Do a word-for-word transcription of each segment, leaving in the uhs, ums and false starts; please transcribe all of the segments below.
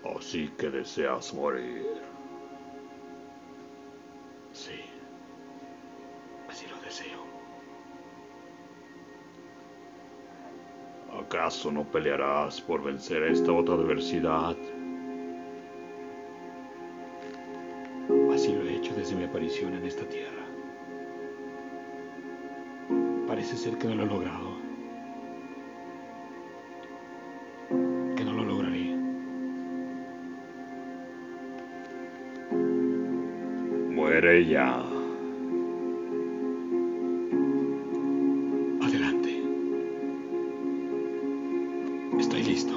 Así que deseas morir. Sí, así lo deseo. ¿Acaso no pelearás por vencer esta otra adversidad? Así lo he hecho desde mi aparición en esta tierra. Parece ser que no lo he logrado. Que no lo lograré. Muere ya. Adelante. Estoy listo.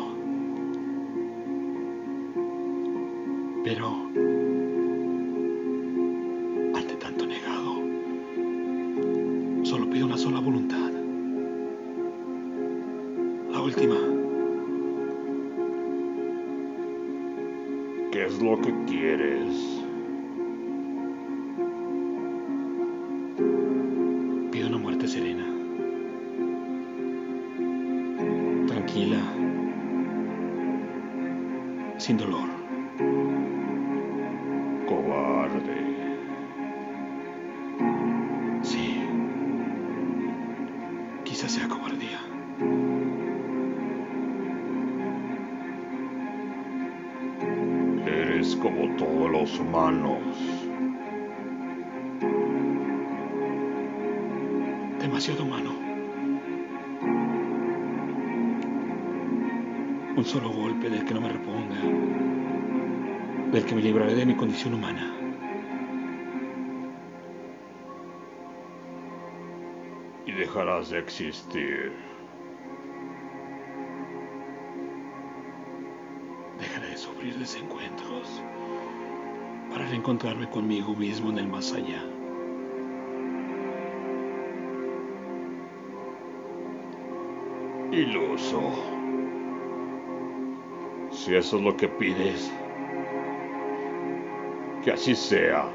Pero, ante tanto negado, solo pido una sola voluntad. La última. ¿Qué es lo que quieres? Pido una muerte serena. Tranquila. Sin dolor. Cobarde. Sí. Quizás sea cobardía. Eres como todos los humanos. Demasiado humano. Un solo golpe del que no me reponga. Del que me libraré de mi condición humana. Y dejarás de existir. Dejaré de sufrir desencuentros para reencontrarme conmigo mismo en el más allá. Iluso. Si eso es lo que pides, que así sea.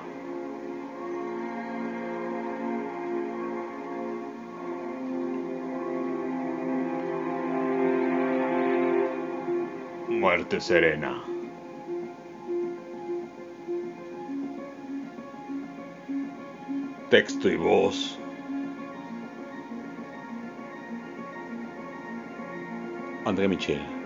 Muerte serena. Texto y voz: André Michel.